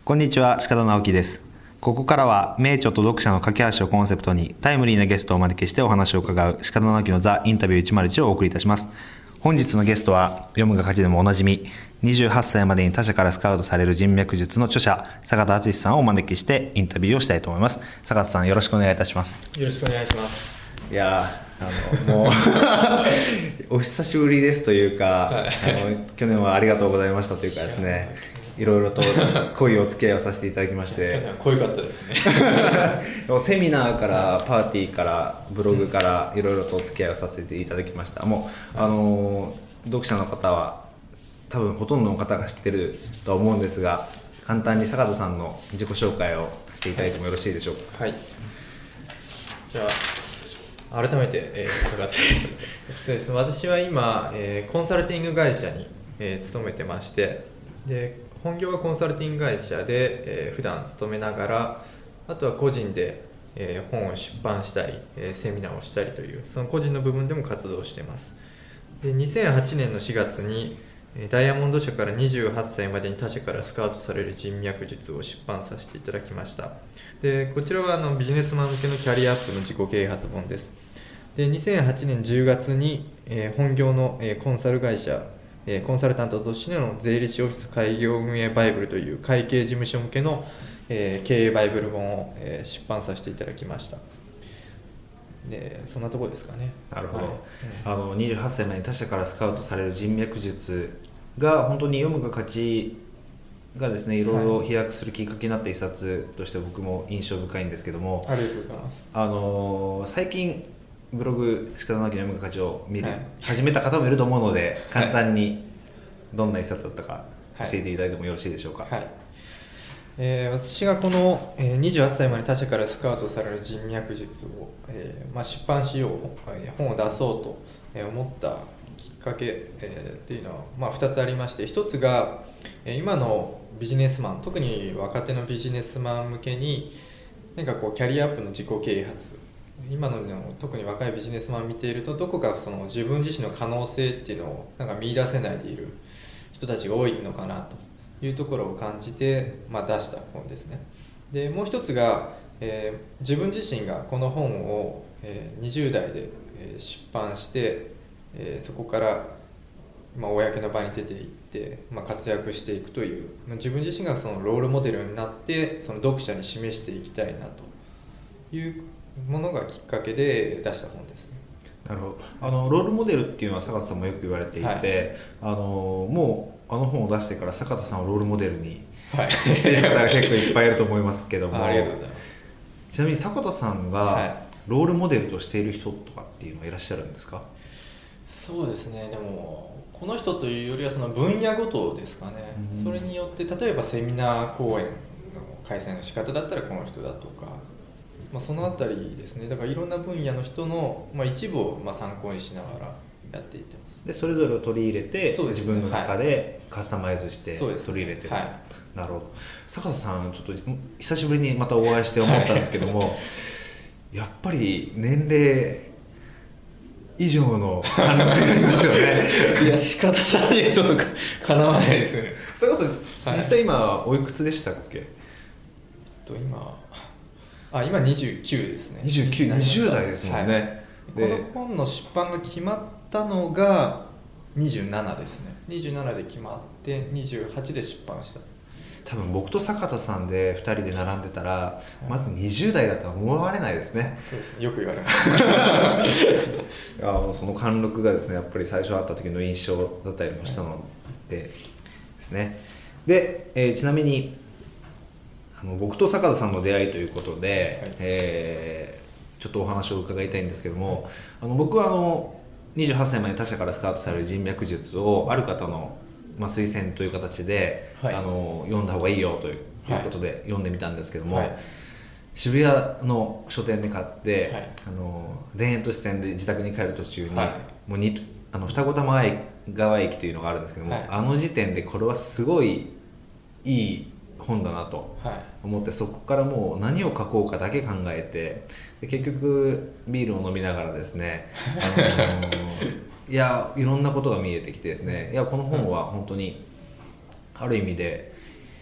こんにちは、鹿田直樹です。ここからは名著と読者の架け橋をコンセプトにタイムリーなゲストをお招きしてお話を伺う鹿田直樹のザ・インタビュー101をお送りいたします。本日のゲストは読むが勝ちでもおなじみ、28歳までに他社からスカウトされる人脈術の著者坂田敦さんをお招きしてインタビューをしたいと思います。坂田さん、よろしくお願いいたします。 よろしくお願いします。 いやもうお久しぶりですというか、 はい、 去年はありがとうございましたというかですね、いろいろと濃いお付き合いをさせていただきまして濃いかったですねセミナーからパーティーからブログからいろいろとお付き合いをさせていただきました。もう読者の方は多分ほとんどの方が知ってるとは思うんですが、簡単に坂田さんの自己紹介をしていただいてもよろしいでしょうか。 はい、じゃあ改めて、坂田です。私は今、コンサルティング会社に、勤めてまして、で本業はコンサルティング会社で、普段勤めながら、あとは個人で、本を出版したり、セミナーをしたりというその個人の部分でも活動しています。で2008年の4月にダイヤモンド社から28歳までに他社からスカウトされる人脈術を出版させていただきました。でこちらはビジネスマン向けのキャリアアップの自己啓発本です。で2008年10月に、本業の、コンサル会社コンサルタントとしての税理士オフィス開業運営バイブルという会計事務所向けの、経営バイブル本を、出版させていただきました。でそんなところですかね。 なるほど、はい、28歳までに他社からスカウトされる人脈術が本当に読むが勝ちがですね、いろいろ飛躍するきっかけになった一冊として僕も印象深いんですけども、 ありがとうございます。 最近ブログ鹿田直樹の読むが勝ちを見る、はい、始めた方もいると思うので、簡単にどんな一冊だったか教えていただいてもよろしいでしょうか。 はい、私がこの28歳まで他社からスカウトされる人脈術を、出版しよう、本を出そうと思ったきっかけっていうのは、2つありまして、1つが今のビジネスマン、特に若手のビジネスマン向けにキャリアアップの自己啓発、今の特に若いビジネスマンを見ていると、どこかその自分自身の可能性っていうのを見出せないでいる人たちが多いのかなというところを感じて、出した本ですね。でもう一つが、自分自身がこの本を、20代で出版して、そこから、公の場に出ていって、活躍していくという、自分自身がそのロールモデルになってその読者に示していきたいなというものがきっかけで出した本ですね。 なるほど。ロールモデルっていうのは坂田さんもよく言われていて、はい、もう本を出してから坂田さんをロールモデルにしている方が結構いっぱいいると思いますけどもありがとうございます。 ちなみに坂田さんがロールモデルとしている人とかっていうのはいらっしゃるんですか？ そうですね、でもこの人というよりはその分野ごとですかね。それによって例えばセミナー講演の開催の仕方だったらこの人だとか、そのあたりですね。だからいろんな分野の人の、一部を参考にしながらやっていってます。 でそれぞれを取り入れて、自分の中でカスタマイズして取り入れてる、 はい、 なるほど。坂田さん、ちょっと久しぶりにまたお会いして思ったんですけども、はい、やっぱり年齢以上の感覚がありますよねいや、仕方さにはちょっとかなわないですよね。 坂田さん、はい、実際今おいくつでしたっけ？ 今29ですね。 20代ですもんね、 はい、この本の出版が決まったのが27ですね。27で決まって28で出版した。 多分僕と坂田さんで2人で並んでたら、まず20代だとは思われないですね。 そうですね、よく言われますいや、その貫禄がですね、やっぱり最初会った時の印象だったりもしたのでですね。で、ちなみに僕と坂田さんの出会いということで、はい、ちょっとお話を伺いたいんですけども、僕は28歳まで他社からスカウトされる人脈術をある方の、推薦という形で、はい、読んだ方がいいよということで読んでみたんですけども、はい、渋谷の書店で買って、はい、田園都市線で自宅に帰る途中に、はい、もう二子玉川駅というのがあるんですけども、はい、あの時点でこれはすごいいい本だなと思って、そこからもう何を書こうかだけ考えて、で結局ビールを飲みながらですねいろんなことが見えてきてですね、この本は本当にある意味で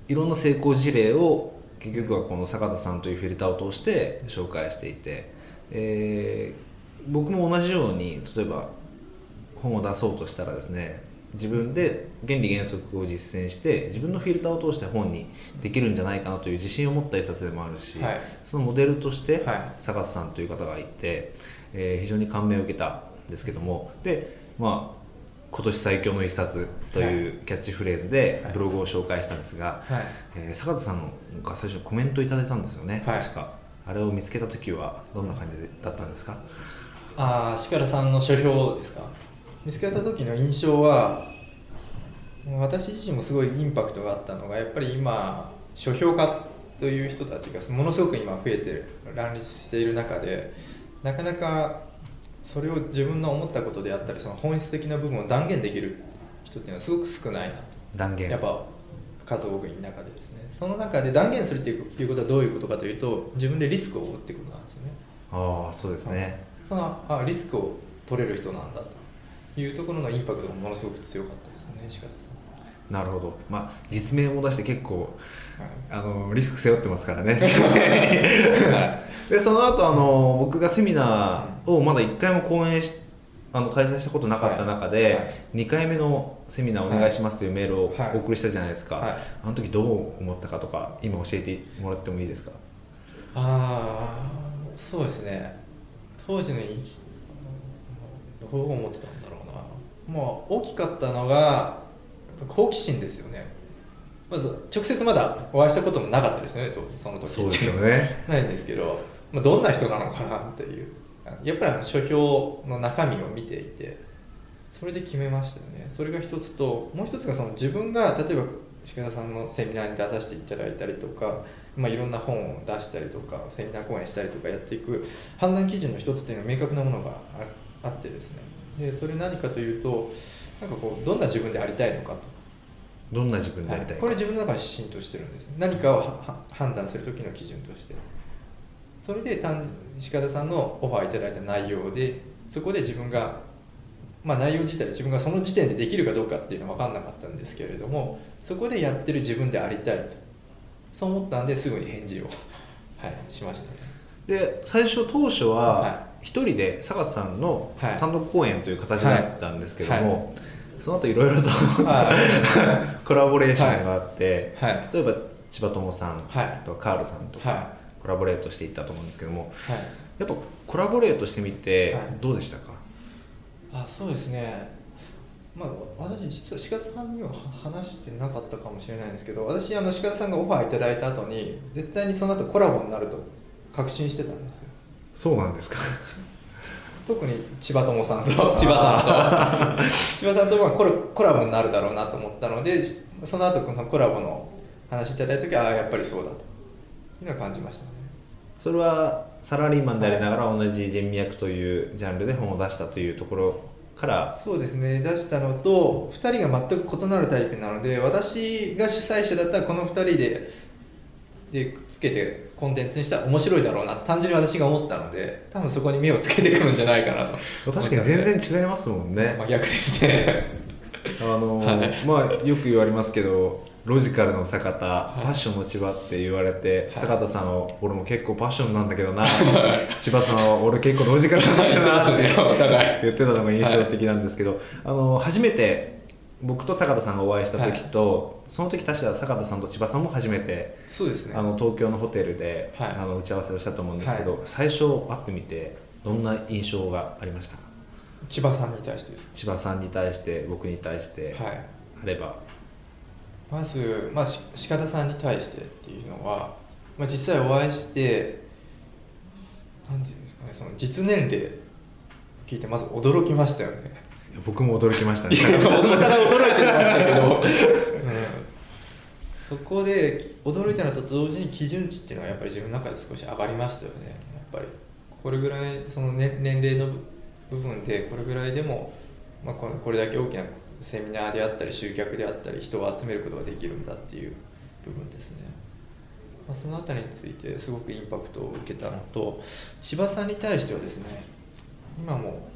いろんな成功事例を結局はこの坂田さんというフィルターを通して紹介していて、僕も同じように例えば本を出そうとしたらですね、自分で原理原則を実践して自分のフィルターを通して本にできるんじゃないかなという自信を持った一冊でもあるし、 はい、 そのモデルとしてはい坂田さんという方がいて、非常に感銘を受けたんですけども、で、まあ、今年最強の一冊というキャッチフレーズでブログを紹介したんですが、はい、坂田さんが最初コメントいただいたんですよね、はい、確かあれを見つけた時はどんな感じだったんですか？ 鹿田さんの書評ですか？見つけた時の印象は、私自身もすごいインパクトがあったのが、やっぱり今書評家という人たちがものすごく今増えて乱立している中で、なかなかそれを自分の思ったことであったり、その本質的な部分を断言できる人っていうのはすごく少ないなと。 断言、 やっぱ数多くいる中でですね、その中で断言するっていうことはどういうことかというと、自分でリスクを負うっていうことなんですね。 ああ、そうですね。 そのリスクを取れる人なんだというところのインパクトがものすごく強かったですね、鹿田さん。 なるほど、まあ、実名も出して結構、はい、リスク背負ってますからね、はい、でその後僕がセミナーをまだ1回も講演開催したことなかった中で、はいはい、2回目のセミナーお願いしますというメールをお送りしたじゃないですか、はいはい、あの時どう思ったかとか今教えてもらってもいいですか？ そうですね、当時のどう思ってたんだろうな。もう大きかったのが好奇心ですよね。まず直接まだお会いしたこともなかったですよね、その時。 そうですよね。 ないんですけど、どんな人なのかなっていう、やっぱり書評の中身を見ていて、それで決めましたよね。それが一つと、もう一つがその自分が例えば鹿田さんのセミナーに出させていただいたりとか、いろんな本を出したりとかセミナー講演したりとかやっていく判断基準の一つっていうのは明確なものがあってですね、でそれ何かというと、なんかこうどんな自分でありたいのかと。 どんな自分でありたいか、 これ自分の中に指針としてるんです。何かを判断する時の基準として、それで鹿田さんのオファーいただいた内容で、そこで自分が、内容自体自分がその時点でできるかどうかっていうのは分かんなかったんですけれども、そこでやってる自分でありたいと、そう思ったんですぐに返事を、しましたね。 で最初当初は一人で坂田さんの単独公演という形だったんですけども、その後いろいろとコラボレーションがあって、例えば千葉友さんとかカールさんとかコラボレートしていったと思うんですけども、やっぱコラボレートしてみてどうでしたか？ そうですね、私実は鹿田さんには話してなかったかもしれないんですけど、私鹿田さんがオファーいただいた後に絶対にその後コラボになると確信してたんですよ。 そうなんですか？ 特に千葉友さんと千葉さんとコラボになるだろうなと思ったので、その後このコラボの話いただいた時はやっぱりそうだというのは感じましたね。 それはサラリーマンでありながら同じ人脈というジャンルで本を出したというところから。 そうですね、出したのと2人が全く異なるタイプなので、私が主催者だったらこの2人でつけてコンテンツにしたら面白いだろうなと単純に私が思ったので、多分そこに目をつけてくるんじゃないかなと。 確かに全然違いますもんね。 逆ですねよく言われますけど、ロジカルの坂田、パッションの千葉って言われて、坂田さんは俺も結構パッションなんだけどな、千葉さんは俺結構ロジカルなんだけどなって言ってたのが印象的なんですけど、初めて僕と坂田さんがお会いした時と、その時確か坂田さんと千葉さんも初めて、 そうですね、 東京のホテルで、打ち合わせをしたと思うんですけど、最初会ってみてどんな印象がありましたか？ 千葉さんに対してですか？ 千葉さんに対して、僕に対してあれば。 まず、鹿田さんに対してっていうのは、実際お会いして何ていうんですかね、その実年齢聞いてまず驚きましたよね。 僕も驚きましたね。 驚いてましたけど、そこで驚いたのと同時に基準値っていうのはやっぱり自分の中で少し上がりましたよね。やっぱりこれぐらいその、年齢の部分でこれぐらいでも、これだけ大きなセミナーであったり集客であったり人を集めることができるんだっていう部分ですね。そのあたりについてすごくインパクトを受けたのと、千葉さんに対してはですね、今も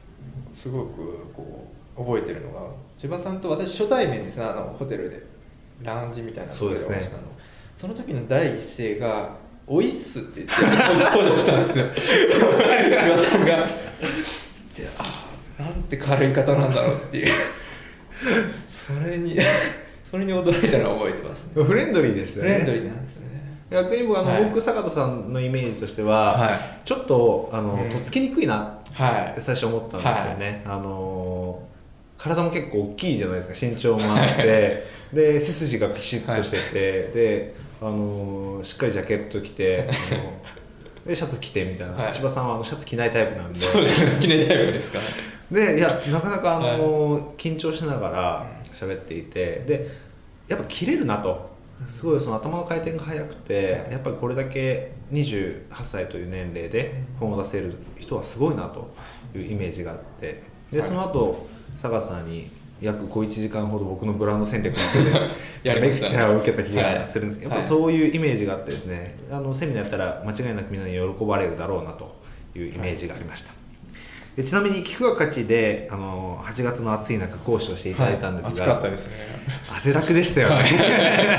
すごく覚えてるのが、千葉さんと私初対面ですね、ホテルでラウンジみたいなところでお会いしたの、 そうですね。 その時の第一声がおいっすって言って登場したんですよ千葉さんがで、なんて軽い方なんだろうっていうそれに驚いたのを覚えてますね。 フレンドリーですよね。 フレンドリーなんですよね。 逆に僕はい僕坂田さんのイメージとしては、 はいちょっとうんとっつきにくいなはいって最初思ったんですよね、体も結構大きいじゃないですか、身長もあってで背筋がピシッとしてて、でしっかりジャケット着てでシャツ着てみたいな、 はい千葉さんはシャツ着ないタイプなんで、 そうですね、記念タイプですからでいやなかなかはい緊張しながら喋っていて、でやっぱ切れるなと、すごいその頭の回転が速くて、やっぱりこれだけ28歳という年齢で本を出せる人はすごいなというイメージがあって、でその後坂田さんに約小1時間ほど僕のブランド戦略についてやりましたねレクチャーを受けた気がするんですけど、 はいやっぱそういうイメージがあってですね、セミナーやったら間違いなくみんなに喜ばれるだろうなというイメージがありました。でちなみに聞くが勝ちで8月の暑い中講師をしていただいたんですが、 暑かったですね。 汗だくでしたよね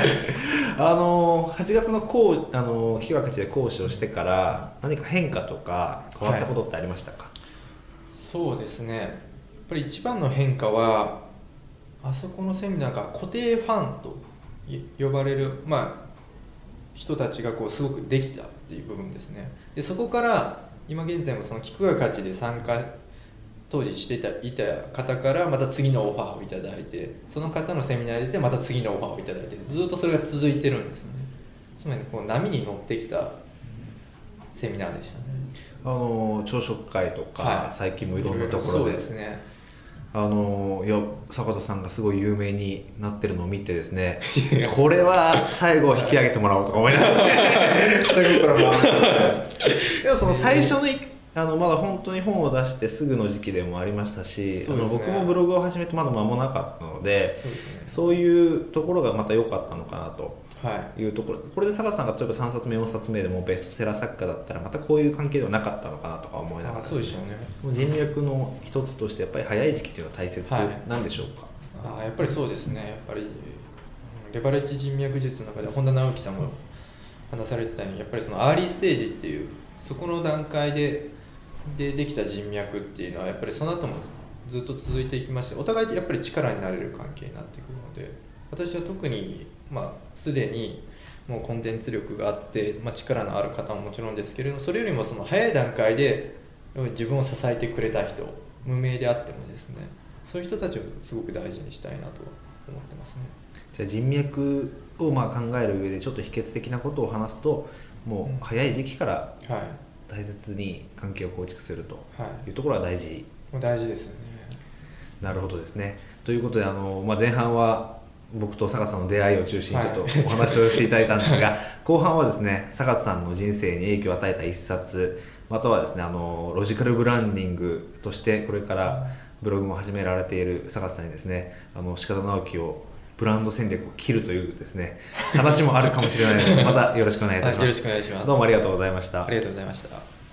8月の聞くが勝ちで講師をしてから何か変化とか変わったことってありましたか？ そうですね、やっぱり一番の変化はあそこのセミナーが固定ファンと呼ばれる、人たちがすごくできたっていう部分ですね。でそこから今現在もその聞くが勝ちで参加当時していた方からまた次のオファーをいただいて、その方のセミナーに出てまた次のオファーをいただいて、ずっとそれが続いてるんですね。つまり波に乗ってきたセミナーでしたね。 朝食会とか、 はい、 最近もいろんなところで、 そうですね、 いや坂田さんがすごい有名になってるのを見てですねこれは最後引き上げてもらおうとか思いながらね下心もあってでもその最初のまだ本当に本を出してすぐの時期でもありましたし、 そうですね、 僕もブログを始めてまだ間もなかったので、そういうところがまた良かったのかなというところ、これで坂田さんが例えば3冊目4冊目でもベストセラー作家だったらまたこういう関係ではなかったのかなとか思いながら、 そうでしょうね。 人脈の一つとしてやっぱり早い時期というのは大切なんでしょうか？ やっぱりそうですね。やっぱりレバレッジ人脈術の中で本田直樹さんも話されてたように、やっぱりそのアーリーステージっていうそこの段階でできた人脈っていうのはやっぱりその後もずっと続いていきまして、お互いやっぱり力になれる関係になってくるので、私は特にすでにもうコンテンツ力があって、力のある方ももちろんですけれども、それよりもその早い段階で自分を支えてくれた人、無名であってもですね、そういう人たちをすごく大事にしたいなと思ってますね。 じゃあ人脈を考える上でちょっと秘訣的なことを話すと、もう早い時期から大切に関係を構築するというところは大事、 大事ですよね。 なるほどですね。ということで前半は僕と坂田さんの出会いを中心にちょっとお話をしていただいたんですが、後半はですね坂田さんの人生に影響を与えた一冊、またはですねロジカルブランディングとしてこれからブログも始められている坂田さんにですね鹿田直樹をブランド戦略を切るというですね話もあるかもしれないのでまたよろしくお願いいたします。 よろしくお願いします。 どうもありがとうございました。 ありがとうございました。